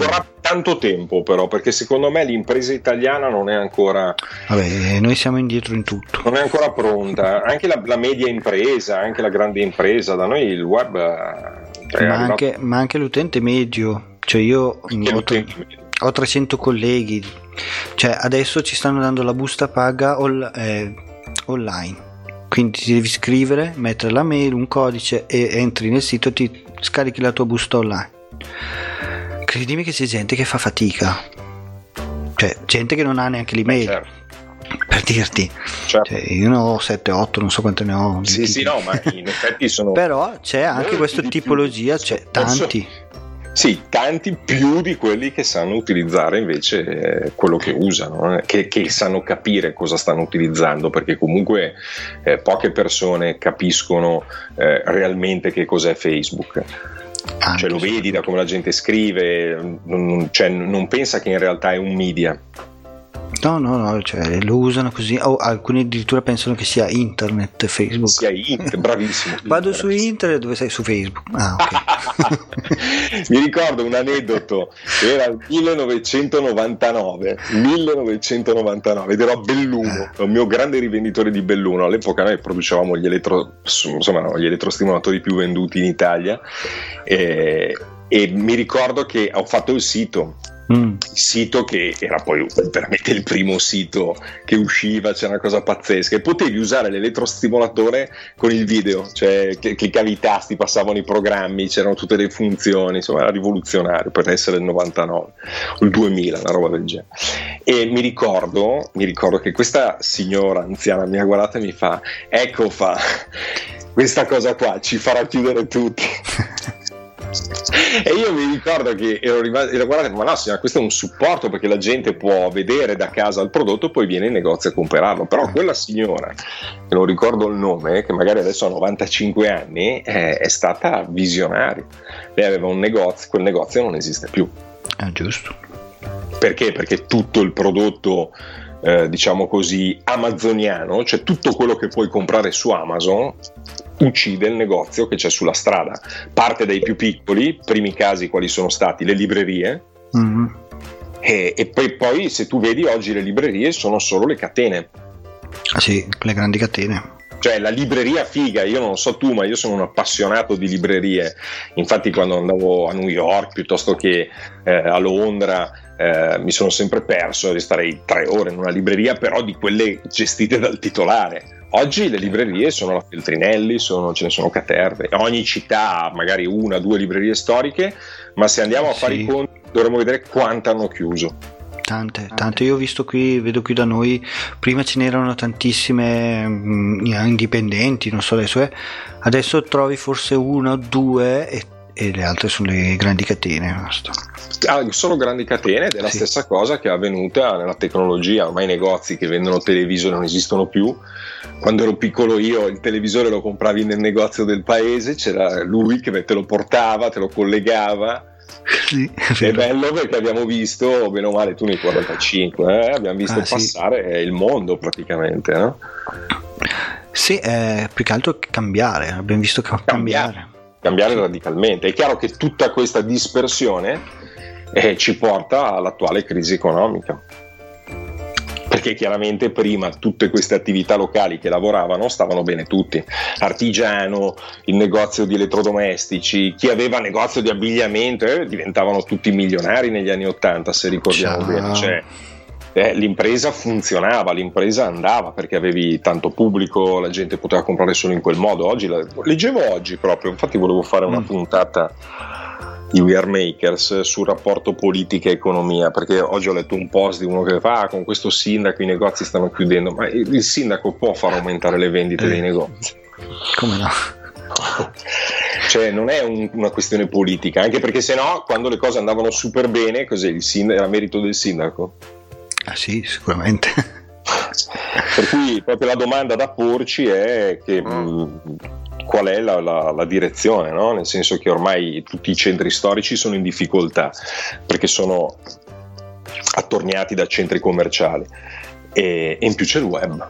Speaker 3: tanto tempo però, perché secondo me l'impresa italiana non è ancora,
Speaker 2: vabbè, noi siamo indietro in tutto,
Speaker 3: non è ancora pronta, anche la, la media impresa, anche la grande impresa, da noi il web cioè,
Speaker 2: ma, anche, ma anche l'utente medio, cioè io ho, tre, ho trecento colleghi, cioè adesso ci stanno dando la busta paga all, eh, online, quindi ti devi scrivere, mettere la mail, un codice e entri nel sito, ti scarichi la tua busta online. Credimi che c'è gente che fa fatica, cioè gente che non ha neanche l'email, certo. Per dirti, certo. Cioè, io ne ho sette otto, non so quante ne ho.
Speaker 3: Sì, sì, no, ma in effetti sono.
Speaker 2: Però c'è anche questa tipologia, più. C'è tanti.
Speaker 3: Sì, tanti più di quelli che sanno utilizzare invece quello che usano, eh? che, che sanno capire cosa stanno utilizzando, perché comunque eh, poche persone capiscono eh, realmente che cos'è Facebook. Anche cioè lo vedi da come la gente scrive, non, cioè, non pensa che in realtà è un media.
Speaker 2: No, no, no, cioè lo usano così, o oh, alcuni addirittura pensano che sia internet, Facebook.
Speaker 3: Sia internet, bravissimo.
Speaker 2: Vado su internet, dove sei? Su Facebook. Ah,
Speaker 3: ok. Mi ricordo un aneddoto, era il millenovecentonovantanove, millenovecentonovantanove ed ero a Belluno, eh. un mio grande rivenditore di Belluno. All'epoca noi producevamo gli, elettro, insomma, no, gli elettrostimolatori più venduti in Italia e, e mi ricordo che ho fatto il sito. Mm. Il sito che era poi veramente il primo sito che usciva, c'era una cosa pazzesca e potevi usare l'elettrostimolatore con il video, cioè cliccavi i tasti, passavano i programmi, c'erano tutte le funzioni, insomma era rivoluzionario per essere il novantanove o il duemila, una roba del genere. E mi ricordo, mi ricordo che questa signora anziana mi ha guardato e mi fa: ecco, fa questa cosa qua ci farà chiudere tutti. E io mi ricordo che ero rimasto, ero guardato, ma no signora, questo è un supporto perché la gente può vedere da casa il prodotto e poi viene in negozio a comprarlo. Però quella signora, che non ricordo il nome, che magari adesso ha novantacinque anni, è, è stata visionaria. Lei aveva un negozio, quel negozio non esiste più.
Speaker 2: Ah, giusto.
Speaker 3: Perché? Perché tutto il prodotto eh, diciamo così amazoniano, cioè tutto quello che puoi comprare su Amazon, uccide il negozio che c'è sulla strada. Parte dai più piccoli, primi casi quali sono stati le librerie, mm-hmm. e, e poi, poi se tu vedi oggi le librerie sono solo le catene.
Speaker 2: Ah sì, le grandi catene.
Speaker 3: Cioè la libreria figa, io non so tu, ma io sono un appassionato di librerie. Infatti quando andavo a New York piuttosto che eh, a Londra eh, mi sono sempre perso, starei tre ore in una libreria, però di quelle gestite dal titolare. Oggi le librerie sono la Feltrinelli, sono, ce ne sono caterve, ogni città ha magari una, due librerie storiche, ma se andiamo a fare sì. i conti dovremmo vedere quante hanno chiuso.
Speaker 2: Tante, tante. Io ho visto qui, vedo qui da noi, prima ce n'erano tantissime mh, indipendenti, non so adesso, eh. Adesso trovi forse una o due e, e le altre sono le grandi catene. Basta.
Speaker 3: Ah, sono grandi catene ed è la sì. stessa cosa che è avvenuta nella tecnologia. Ormai i negozi che vendono televisori non esistono più. Quando ero piccolo io il televisore lo compravi nel negozio del paese, c'era lui che te lo portava, te lo collegava. Sì, è, è bello perché abbiamo visto, bene o male, tu nei quarantacinque, eh, abbiamo visto ah, passare sì. il mondo praticamente, no?
Speaker 2: Sì, eh, più che altro cambiare, abbiamo visto cambiare.
Speaker 3: Cambiare, cambiare radicalmente. È chiaro che tutta questa dispersione eh, ci porta all'attuale crisi economica. Perché chiaramente prima tutte queste attività locali che lavoravano stavano bene tutti, artigiano, il negozio di elettrodomestici, chi aveva negozio di abbigliamento, eh, diventavano tutti milionari negli anni Ottanta, se ricordiamo Ciao. bene, cioè, eh, l'impresa funzionava, l'impresa andava perché avevi tanto pubblico, la gente poteva comprare solo in quel modo. Oggi la, leggevo oggi proprio, infatti volevo fare una mm. puntata di We Are Makers sul rapporto politica e economia, perché oggi ho letto un post di uno che fa ah, con questo sindaco i negozi stanno chiudendo, ma il sindaco può far aumentare le vendite eh. dei negozi?
Speaker 2: Come no?
Speaker 3: Cioè non è un, una questione politica, anche perché se no quando le cose andavano super bene cos'è, il sindaco, era merito del sindaco?
Speaker 2: Ah sì, sicuramente.
Speaker 3: Per cui proprio la domanda da porci è che mm. mh, qual è la, la, la direzione, no? Nel senso che ormai tutti i centri storici sono in difficoltà perché sono attorniati da centri commerciali e, e in più c'è il web,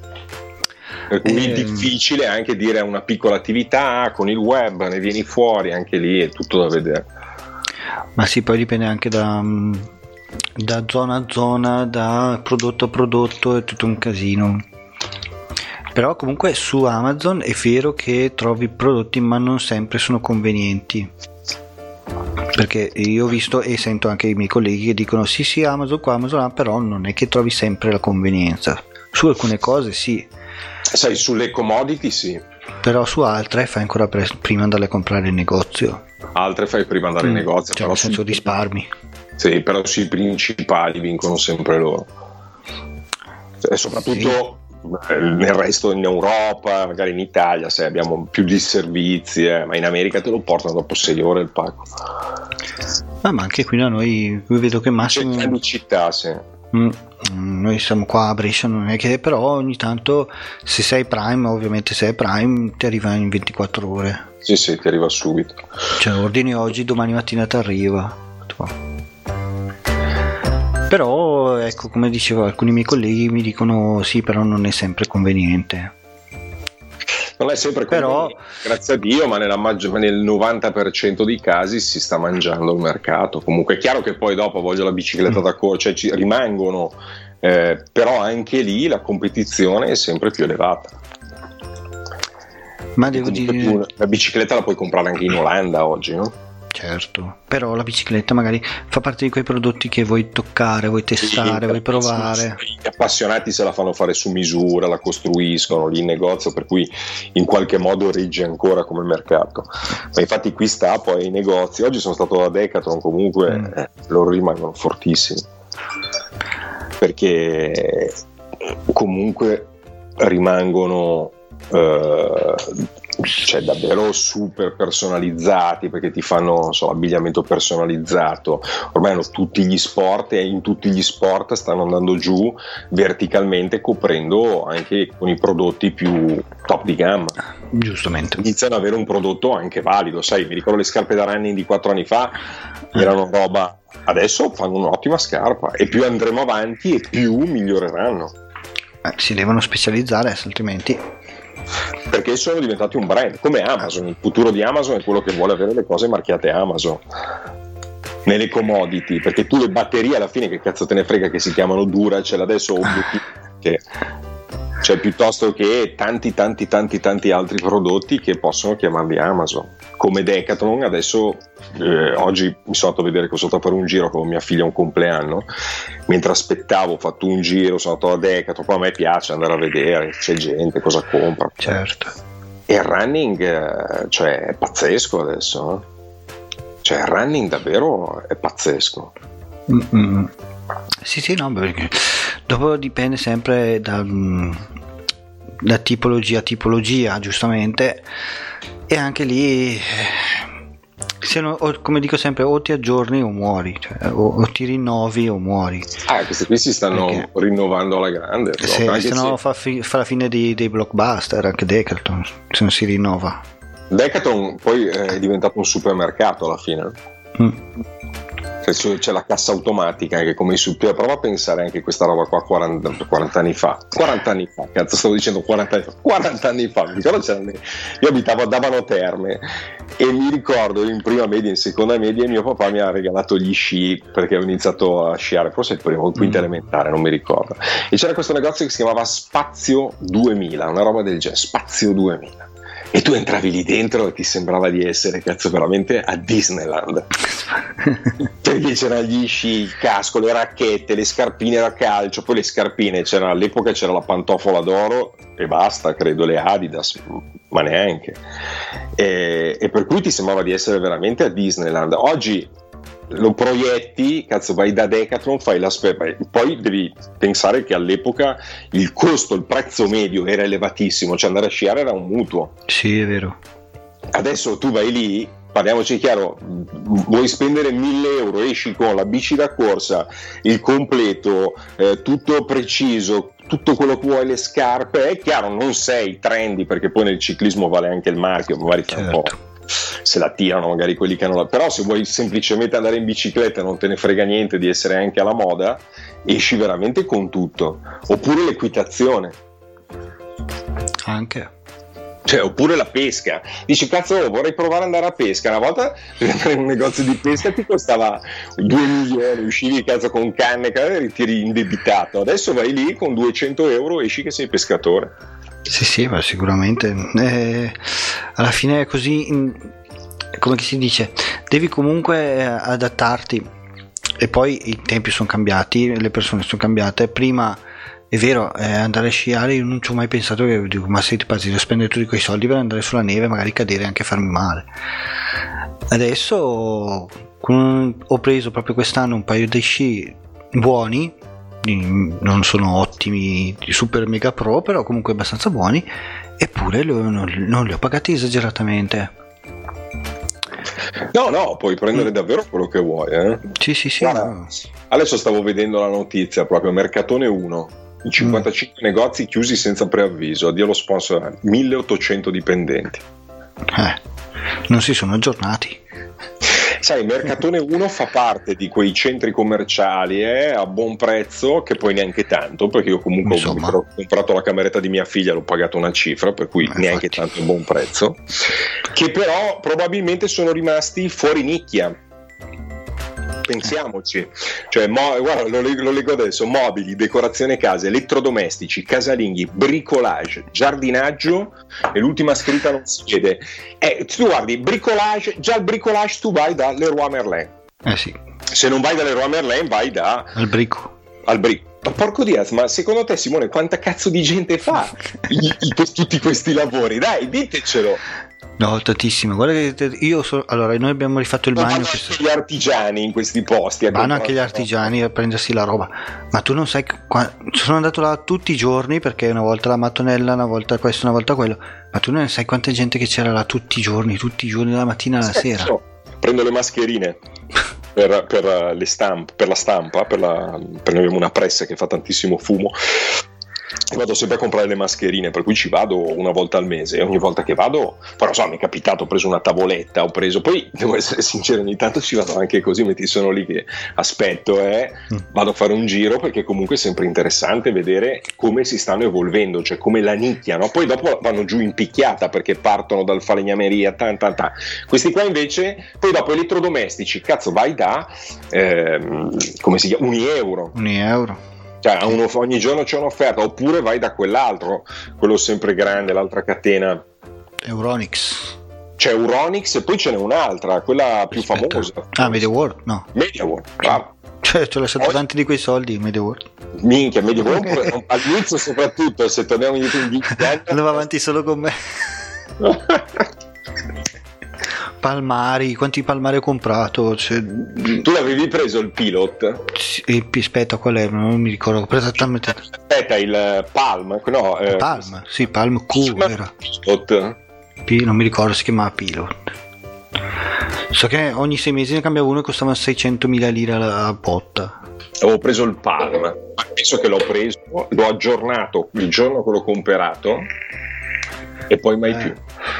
Speaker 3: per cui è difficile anche dire a una piccola attività con il web ne vieni fuori, anche lì è tutto da vedere.
Speaker 2: Ma sì, poi dipende anche da, da zona a zona, da prodotto a prodotto, è tutto un casino. Però comunque su Amazon è vero che trovi prodotti, ma non sempre sono convenienti, perché io ho visto e sento anche i miei colleghi che dicono sì sì Amazon qua, Amazon là, però non è che trovi sempre la convenienza. Su alcune cose sì,
Speaker 3: sai, sulle commodity sì,
Speaker 2: però su altre fai ancora pre- prima andare a comprare in negozio.
Speaker 3: Altre fai prima andare in
Speaker 2: mm,
Speaker 3: negozio,
Speaker 2: cioè
Speaker 3: però
Speaker 2: nel senso
Speaker 3: sui,
Speaker 2: risparmi.
Speaker 3: Sì, però sui principali vincono sempre loro, e soprattutto sì. Nel resto in Europa, magari in Italia, se abbiamo più disservizi, eh, ma in America te lo portano dopo sei ore il pacco.
Speaker 2: Ah, ma anche qui da noi vedo che massimo
Speaker 3: c'è di città, sì.
Speaker 2: Mm, noi siamo qua a Brescia, non è che, però ogni tanto se sei Prime, ovviamente se è Prime ti arriva in ventiquattro ore.
Speaker 3: Sì sì, ti arriva subito,
Speaker 2: cioè ordini oggi, domani mattina ti arriva. Però ecco, come dicevo, alcuni miei colleghi mi dicono sì, però non è sempre conveniente.
Speaker 3: Non è sempre conveniente, però, grazie a Dio, ma, nella maggi- ma nel novanta per cento dei casi si sta mangiando il mercato. Comunque è chiaro che poi dopo voglio la bicicletta mm. da corsa, cioè ci rimangono, eh, però anche lì la competizione è sempre più elevata.
Speaker 2: Ma devo dire,
Speaker 3: tu, la bicicletta la puoi comprare anche in Olanda oggi, no?
Speaker 2: Certo, però la bicicletta magari fa parte di quei prodotti che vuoi toccare, vuoi testare, sì, vuoi provare.
Speaker 3: Gli appassionati se la fanno fare su misura, la costruiscono lì in negozio, per cui in qualche modo regge ancora come mercato. Ma infatti qui sta poi ai negozi. Oggi sono stato a Decathlon, comunque mm. eh, loro rimangono fortissimi, perché comunque rimangono eh, cioè davvero super personalizzati, perché ti fanno so, abbigliamento personalizzato. Ormai hanno tutti gli sport, e in tutti gli sport stanno andando giù verticalmente, coprendo anche con i prodotti più top di gamma.
Speaker 2: Giustamente
Speaker 3: iniziano ad avere un prodotto anche valido. Sai, mi ricordo le scarpe da running di quattro anni fa, erano roba, adesso fanno un'ottima scarpa, e più andremo avanti e più miglioreranno.
Speaker 2: Eh, si devono specializzare, altrimenti,
Speaker 3: perché sono diventati un brand come Amazon. Il futuro di Amazon è quello che vuole avere le cose marchiate Amazon nelle commodity, perché tu le batterie alla fine che cazzo te ne frega che si chiamano Duracell adesso, o che cioè, piuttosto che tanti tanti tanti tanti altri prodotti che possono chiamarli Amazon, come Decathlon. Adesso eh, oggi mi sono andato a vedere che sono stato a fare un giro con mia figlia, un compleanno, mentre aspettavo ho fatto un giro, sono andato a Decathlon. Poi a me piace andare a vedere, c'è gente, cosa compra,
Speaker 2: certo.
Speaker 3: E il running eh, cioè è pazzesco adesso, eh? Cioè il running davvero è pazzesco.
Speaker 2: Mm-mm. Sì sì, no, perché dopo dipende sempre da, da tipologia a tipologia, giustamente, e anche lì se no, o, come dico sempre, o ti aggiorni o muori, cioè, o, o ti rinnovi o muori.
Speaker 3: Ah, questi qui si stanno perché, rinnovando alla grande,
Speaker 2: se,
Speaker 3: anche
Speaker 2: se no
Speaker 3: se...
Speaker 2: fa, fi, fa la fine di, dei blockbuster, anche Decathlon, se non si rinnova.
Speaker 3: Decathlon poi è diventato un supermercato alla fine. Mm. C'è la cassa automatica anche come su, prova a pensare anche questa roba qua quaranta, quaranta anni fa quaranta anni fa, cazzo stavo dicendo quaranta anni fa quaranta anni fa, mi ricordo c'erano, io abitavo a Davano Terme e mi ricordo in prima media, in seconda media mio papà mi ha regalato gli sci, perché ho iniziato a sciare, forse il primo, il quinto mm. elementare, non mi ricordo, e c'era questo negozio che si chiamava Spazio duemila, una roba del genere, Spazio duemila. E tu entravi lì dentro e ti sembrava di essere, cazzo, veramente a Disneyland. Perché c'erano gli sci, il casco, le racchette, le scarpine da calcio, poi le scarpine, c'era, all'epoca c'era la pantofola d'oro e basta, credo, le Adidas, ma neanche. E, e per cui ti sembrava di essere veramente a Disneyland. Oggi lo proietti, cazzo, vai da Decathlon, fai la spe- poi devi pensare che all'epoca il costo, il prezzo medio era elevatissimo, cioè andare a sciare era un mutuo.
Speaker 2: Sì, è vero.
Speaker 3: Adesso tu vai lì, parliamoci chiaro, vuoi spendere mille euro, esci con la bici da corsa, il completo, eh, tutto preciso, tutto quello che vuoi, le scarpe, è chiaro, non sei trendy, perché poi nel ciclismo vale anche il marchio, magari fa certo. un po', se la tirano magari quelli che hanno la... però se vuoi semplicemente andare in bicicletta e non te ne frega niente di essere anche alla moda, esci veramente con tutto. Oppure l'equitazione
Speaker 2: anche
Speaker 3: Cioè, oppure la pesca, dici cazzo vorrei provare ad andare a pesca, una volta per andare in un negozio di pesca ti costava due milioni, uscivi cazzo con canne e ti eri indebitato, adesso vai lì con duecento euro esci che sei pescatore.
Speaker 2: Sì sì, ma sicuramente eh, alla fine è così, come si dice, devi comunque adattarti, e poi i tempi sono cambiati, le persone sono cambiate. Prima è vero, eh, andare a sciare io non ci ho mai pensato, che dico, ma se ti passi a spendere tutti quei soldi per andare sulla neve, magari cadere e anche farmi male. Adesso con, ho preso proprio quest'anno un paio di sci buoni, non sono ottimi, super mega pro, però comunque abbastanza buoni, eppure lo, non, non li ho pagati esageratamente.
Speaker 3: No, no, puoi prendere davvero quello che vuoi. Eh?
Speaker 2: Sì, sì, sì.
Speaker 3: Guarda,
Speaker 2: no.
Speaker 3: Adesso stavo vedendo la notizia, proprio Mercatone uno, i cinquantacinque mm. negozi chiusi senza preavviso, addio lo sponsor, milleottocento dipendenti.
Speaker 2: Eh, non si sono aggiornati.
Speaker 3: Sai, Mercatone uno fa parte di quei centri commerciali eh, a buon prezzo, che poi neanche tanto, perché io comunque Insomma. ho comprato la cameretta di mia figlia, l'ho pagata una cifra, per cui eh, neanche infatti. tanto a buon prezzo, che però probabilmente sono rimasti fuori nicchia. Pensiamoci, cioè, mo, guarda, lo, lo leggo adesso: mobili, decorazione casa, elettrodomestici, casalinghi, bricolage, giardinaggio, e l'ultima scritta non si vede. Eh, tu guardi, bricolage, già il bricolage tu vai da Leroy Merlin.
Speaker 2: Eh sì.
Speaker 3: Se non vai da Leroy Merlin vai da...
Speaker 2: Al brico.
Speaker 3: Al brico. Ma porco Diaz, ma secondo te, Simone, quanta cazzo di gente fa i, i, tutti questi lavori? Dai, ditecelo.
Speaker 2: No, tantissimo. Guarda che io so, allora noi abbiamo rifatto il
Speaker 3: no,
Speaker 2: bagno.
Speaker 3: Vanno anche gli artigiani in questi posti.
Speaker 2: Vanno anche gli artigiani a prendersi la roba. Ma tu non sai qua... sono andato là tutti i giorni, perché una volta la mattonella, una volta questo, una volta quello. Ma tu non sai quanta gente che c'era là tutti i giorni, tutti i giorni, dalla mattina alla sì, sera.
Speaker 3: So. Prendo le mascherine per, per le stamp, per la stampa, per la, per noi abbiamo una pressa che fa tantissimo fumo. Vado sempre a comprare le mascherine, per cui ci vado una volta al mese, e ogni volta che vado, però so, mi è capitato, ho preso una tavoletta, ho preso, poi devo essere sincero, ogni tanto ci vado anche così, metti sono lì che aspetto e eh, vado a fare un giro, perché comunque è sempre interessante vedere come si stanno evolvendo, cioè come la nicchia, no? Poi dopo vanno giù in picchiata perché partono dal falegnameria, tan, tan, tan. Questi qua invece, poi dopo elettrodomestici, cazzo, vai da ehm, come si chiama? Un euro.
Speaker 2: Un euro.
Speaker 3: Cioè, uno, ogni giorno c'è un'offerta, oppure vai da quell'altro, quello sempre grande, l'altra catena.
Speaker 2: Euronics.
Speaker 3: C'è Euronics e poi ce n'è un'altra, quella più
Speaker 2: Aspetta.
Speaker 3: famosa.
Speaker 2: Ah, MediaWorld? No.
Speaker 3: MediaWorld, bravo.
Speaker 2: Cioè, ci ho lasciato tanti di quei soldi, MediaWorld.
Speaker 3: Minchia, MediaWorld all'inizio soprattutto, se torniamo indietro in dieci anni.
Speaker 2: Andava avanti solo con me. Palmari, quanti palmari ho comprato? Cioè...
Speaker 3: Tu l'avevi preso il Pilot?
Speaker 2: Sì, aspetta, qual è? Non mi ricordo. Ho preso talmente...
Speaker 3: Aspetta, il Palm, no? Eh,
Speaker 2: Palm, sì, Palm Q era.
Speaker 3: Pilot.
Speaker 2: P, non mi ricordo, si chiamava Pilot. So che ogni sei mesi ne cambiavo uno e costava seicentomila lire la botta.
Speaker 3: Avevo preso il Palm, ma penso che l'ho preso, l'ho aggiornato il giorno che l'ho comprato e poi mai eh. più.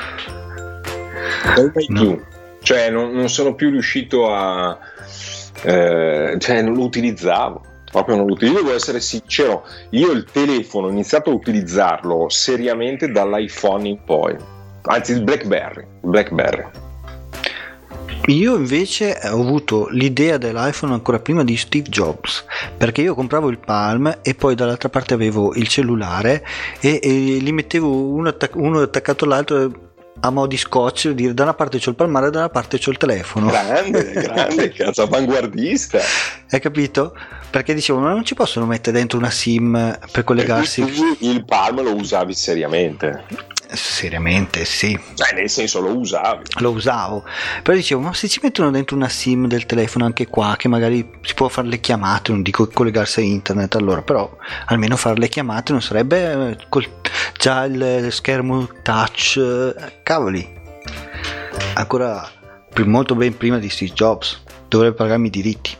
Speaker 3: Non mai no. più, cioè non, non sono più riuscito a eh, cioè non lo utilizzavo, proprio non lo utilizzavo. Devo essere sincero, io il telefono ho iniziato a utilizzarlo seriamente dall'iPhone in poi, anzi il BlackBerry, BlackBerry.
Speaker 2: Io invece ho avuto l'idea dell'iPhone ancora prima di Steve Jobs, perché io compravo il Palm e poi dall'altra parte avevo il cellulare e, e li mettevo uno, attac- uno attaccato all'altro a mo' di scotch, dire da una parte c'ho il palmare e da una parte c'ho il telefono.
Speaker 3: Grande, grande, cazzo, avanguardista.
Speaker 2: Hai capito? Perché dicevo, ma non ci possono mettere dentro una SIM per collegarsi.
Speaker 3: E tu il Palm lo usavi seriamente?
Speaker 2: Seriamente, sì.
Speaker 3: Eh, nel senso lo usavi.
Speaker 2: Lo usavo. Però dicevo, ma se ci mettono dentro una SIM del telefono anche qua, che magari si può fare le chiamate, non dico collegarsi a internet, allora, però almeno fare le chiamate non sarebbe col, già il schermo touch, cavoli. Ancora molto ben prima di Steve Jobs. Dovrebbe pagarmi i diritti.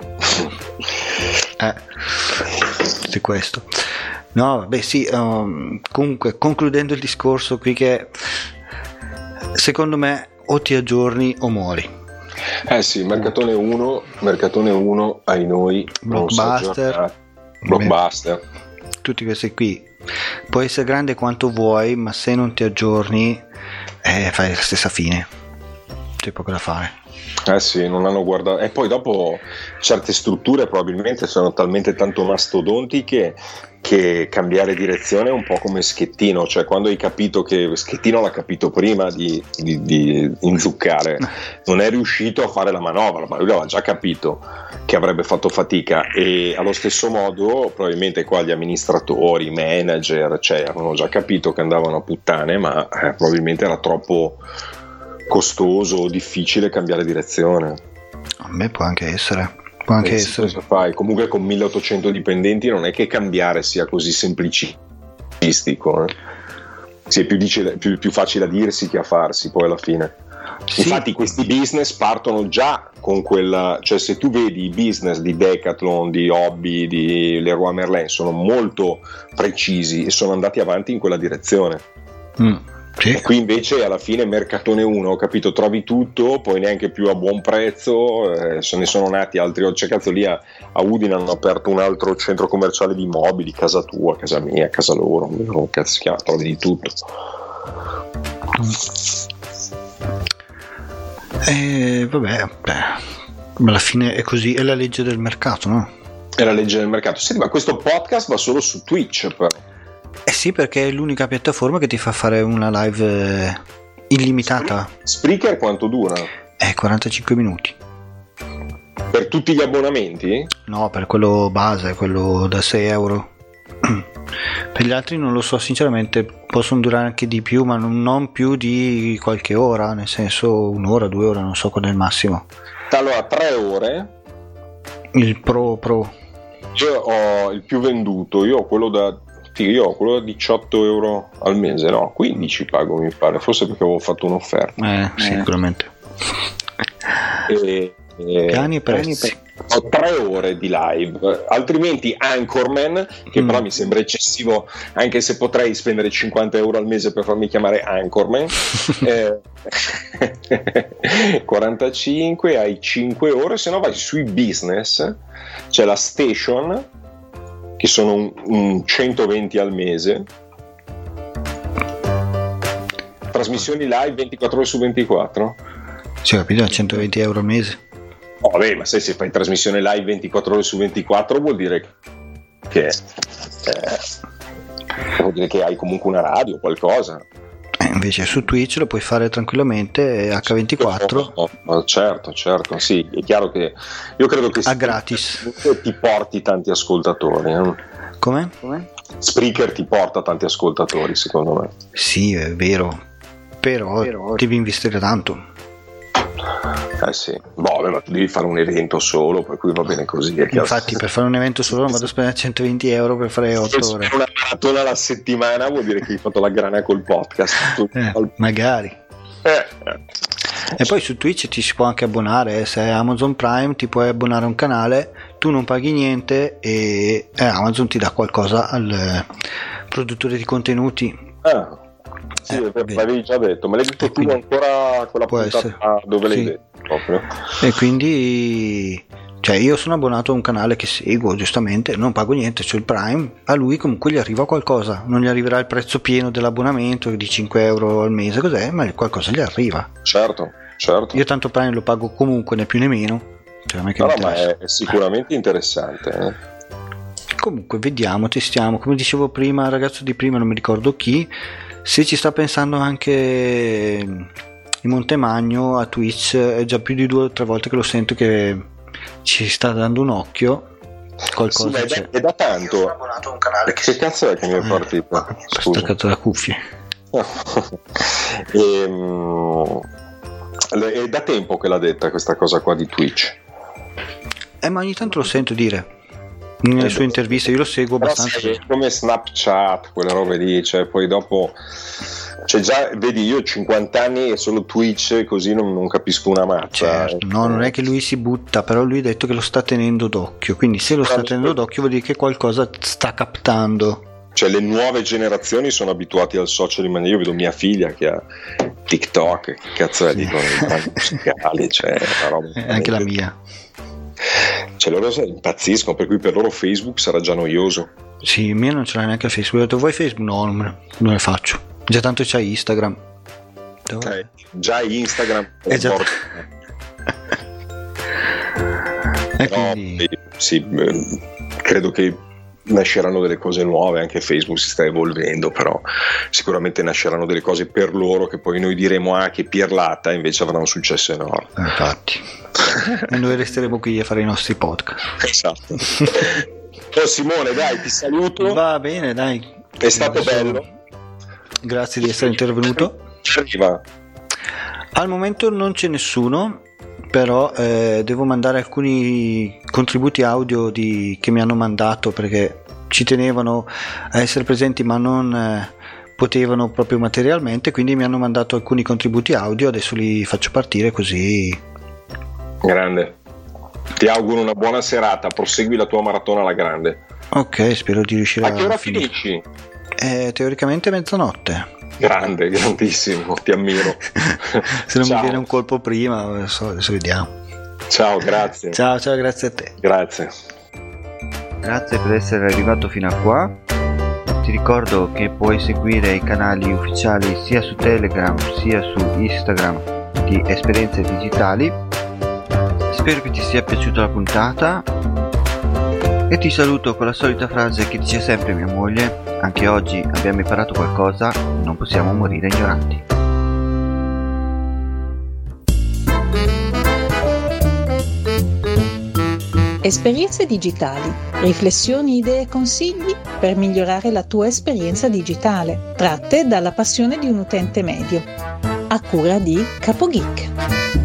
Speaker 2: eh, è questo. No, beh sì, um, comunque concludendo il discorso qui, che secondo me o ti aggiorni o muori.
Speaker 3: Eh sì, Mercatone uno, Mercatone uno ai noi,
Speaker 2: Blockbuster,
Speaker 3: Blockbuster.
Speaker 2: Tutti questi qui
Speaker 4: puoi essere grande quanto vuoi, ma se non ti aggiorni eh, fai la stessa fine, c'è poco da fare.
Speaker 3: Eh sì, non hanno guardato. E poi dopo certe strutture probabilmente sono talmente tanto mastodontiche che cambiare direzione è un po' come Schettino, cioè quando hai capito che Schettino l'ha capito prima di, di, di inzuccare, non è riuscito a fare la manovra, ma lui l'aveva già capito che avrebbe fatto fatica, e allo stesso modo probabilmente qua gli amministratori, i manager, cioè avevano già capito che andavano a puttane, ma eh, probabilmente era troppo costoso o difficile cambiare direzione.
Speaker 4: A me può anche essere. Può anche
Speaker 3: eh,
Speaker 4: essere.
Speaker 3: Cosa fai? Comunque con milleottocento dipendenti non è che cambiare sia così semplicistico, eh? Sì, è più, dice, più, più facile a dirsi che a farsi poi alla fine. Sì. Infatti questi business partono già con quella, cioè se tu vedi i business di Decathlon, di Hobby, di Leroy Merlin sono molto precisi e sono andati avanti in quella direzione.
Speaker 4: Mm. Sì.
Speaker 3: E qui invece alla fine Mercatone uno, ho capito, trovi tutto, poi neanche più a buon prezzo, eh, se ne sono nati altri, cioè cazzo lì a, a Udine hanno aperto un altro centro commerciale di mobili, casa tua, casa mia, casa loro, non cazzo si chiama, trovi di tutto.
Speaker 4: E vabbè, beh, alla fine è così, è la legge del mercato, no?
Speaker 3: È la legge del mercato. Senti, ma questo podcast va solo su Twitch però.
Speaker 4: Eh sì, perché è l'unica piattaforma che ti fa fare una live illimitata.
Speaker 3: Spreaker quanto dura?
Speaker 4: Eh, quarantacinque minuti.
Speaker 3: Per tutti gli abbonamenti?
Speaker 4: No, per quello base, quello da sei euro. Per gli altri non lo so, sinceramente possono durare anche di più, ma non, non più di qualche ora, nel senso un'ora, due ore, non so qual è il massimo.
Speaker 3: Allora, tre ore.
Speaker 4: Il Pro Pro.
Speaker 3: Io ho il più venduto, io ho quello da io ho quello da diciotto euro al mese, no, quindici pago mi pare, forse perché avevo fatto un'offerta.
Speaker 4: Eh, eh. Sicuramente.
Speaker 3: E, e,
Speaker 4: Piani e prezzi.
Speaker 3: Ho tre ore di live, altrimenti Anchorman, che mm. però mi sembra eccessivo, anche se potrei spendere cinquanta euro al mese per farmi chiamare Anchorman. eh, quarantacinque, hai cinque ore, se no vai sui business, c'è la Station, che sono un, un centoventi al mese, trasmissioni live ventiquattro ore su ventiquattro.
Speaker 4: Sì, ho capito, centoventi euro al mese.
Speaker 3: Oh, vabbè, ma se, se fai trasmissione live ventiquattro ore su ventiquattro vuol dire che eh, vuol dire che hai comunque una radio o qualcosa.
Speaker 4: Eh, invece su Twitch lo puoi fare tranquillamente acca ventiquattro.
Speaker 3: No, no, certo, certo, sì, è chiaro che io credo che
Speaker 4: a gratis
Speaker 3: ti porti tanti ascoltatori. Eh.
Speaker 4: Come? Come?
Speaker 3: Spreaker ti porta tanti ascoltatori, secondo me.
Speaker 4: Sì, è vero, però, però devi investire tanto.
Speaker 3: Eh sì, boh, ma tu devi fare un evento solo, per cui va bene così.
Speaker 4: Infatti, per fare un evento solo non vado a spendere centoventi euro per fare otto ore.
Speaker 3: Una maratona alla settimana vuol dire che hai fatto la grana col podcast.
Speaker 4: Eh, magari.
Speaker 3: Eh.
Speaker 4: E poi su Twitch ti si può anche abbonare, se hai Amazon Prime ti puoi abbonare a un canale, tu non paghi niente e Amazon ti dà qualcosa al produttore di contenuti.
Speaker 3: Ah. Sì, eh, l'avevi già detto, ma l'hai detto tu quindi, ancora quella puntata dove l'hai sì. detto proprio.
Speaker 4: E quindi, cioè, io sono abbonato a un canale che seguo, giustamente, non pago niente, c'ho il Prime, a lui comunque gli arriva qualcosa, non gli arriverà il prezzo pieno dell'abbonamento di cinque euro al mese, cos'è, ma qualcosa gli arriva.
Speaker 3: Certo, certo.
Speaker 4: Io tanto Prime lo pago comunque, né più né meno. Cioè, non è che
Speaker 3: no, no, ma è, è sicuramente interessante. Eh.
Speaker 4: Comunque, vediamo, testiamo. Come dicevo prima, il ragazzo di prima, non mi ricordo chi, se ci sta pensando anche in Montemagno a Twitch, è già più di due o tre volte che lo sento che ci sta dando un occhio. Qualcosa
Speaker 3: sì, è, da, è da tanto. Sono abbonato a un canale che, che cazzo è che mi è partito?
Speaker 4: Eh, staccato da cuffie.
Speaker 3: e, um, è da tempo che l'ha detta questa cosa qua di Twitch.
Speaker 4: Eh, ma ogni tanto lo sento dire. Nelle eh, sue interviste io lo seguo abbastanza.
Speaker 3: Sì, come Snapchat, quelle robe lì, cioè poi dopo cioè già vedi io ho cinquanta anni e solo Twitch così non, non capisco una mazza.
Speaker 4: Certo, no, non è che lui si butta, però lui ha detto che lo sta tenendo d'occhio, quindi se lo sta tenendo d'occhio vuol dire che qualcosa sta captando.
Speaker 3: Cioè le nuove generazioni sono abituati al social in maniera, io vedo mia figlia che ha TikTok, che cazzo è, sì. Dicono i brani musicali, cioè una roba
Speaker 4: anche la mia.
Speaker 3: Cioè loro impazziscono, per cui per loro Facebook sarà già noioso.
Speaker 4: Sì, il mio non ce l'ha neanche Facebook. Ho detto, vuoi Facebook? No, non, me, non le faccio. Già tanto c'hai Instagram.
Speaker 3: Eh, già Instagram.
Speaker 4: È già... e
Speaker 3: Però,
Speaker 4: quindi...
Speaker 3: sì, credo che nasceranno delle cose nuove, anche Facebook si sta evolvendo, però sicuramente nasceranno delle cose per loro che poi noi diremo ah che pirlata, invece avrà un successo enorme.
Speaker 4: Infatti. E noi resteremo qui a fare i nostri podcast.
Speaker 3: Esatto. Oh, Simone, dai, ti saluto.
Speaker 4: Va bene, dai.
Speaker 3: È stato bello.
Speaker 4: Grazie di essere intervenuto.
Speaker 3: Arriva.
Speaker 4: Al momento non c'è nessuno, però eh, devo mandare alcuni contributi audio di, che mi hanno mandato, perché ci tenevano a essere presenti ma non eh, potevano proprio materialmente, quindi mi hanno mandato alcuni contributi audio, adesso li faccio partire così.
Speaker 3: Grande, ti auguro una buona serata, prosegui la tua maratona alla grande.
Speaker 4: Ok, spero di riuscire a...
Speaker 3: A che ora
Speaker 4: finire.
Speaker 3: finisci?
Speaker 4: Eh, teoricamente mezzanotte.
Speaker 3: Grande, grandissimo, ti ammiro.
Speaker 4: Se non
Speaker 3: Ciao.
Speaker 4: mi viene un colpo prima, adesso, adesso vediamo.
Speaker 3: Ciao, grazie.
Speaker 4: Ciao, ciao, grazie a te.
Speaker 3: Grazie.
Speaker 2: Grazie per essere arrivato fino a qua. Ti ricordo che puoi seguire i canali ufficiali sia su Telegram sia su Instagram di Esperienze Digitali. Spero che ti sia piaciuta la puntata e ti saluto con la solita frase che dice sempre mia moglie: anche oggi abbiamo imparato qualcosa, non possiamo morire ignoranti.
Speaker 1: Esperienze digitali, riflessioni, idee e consigli per migliorare la tua esperienza digitale, tratte dalla passione di un utente medio. A cura di Capogeek.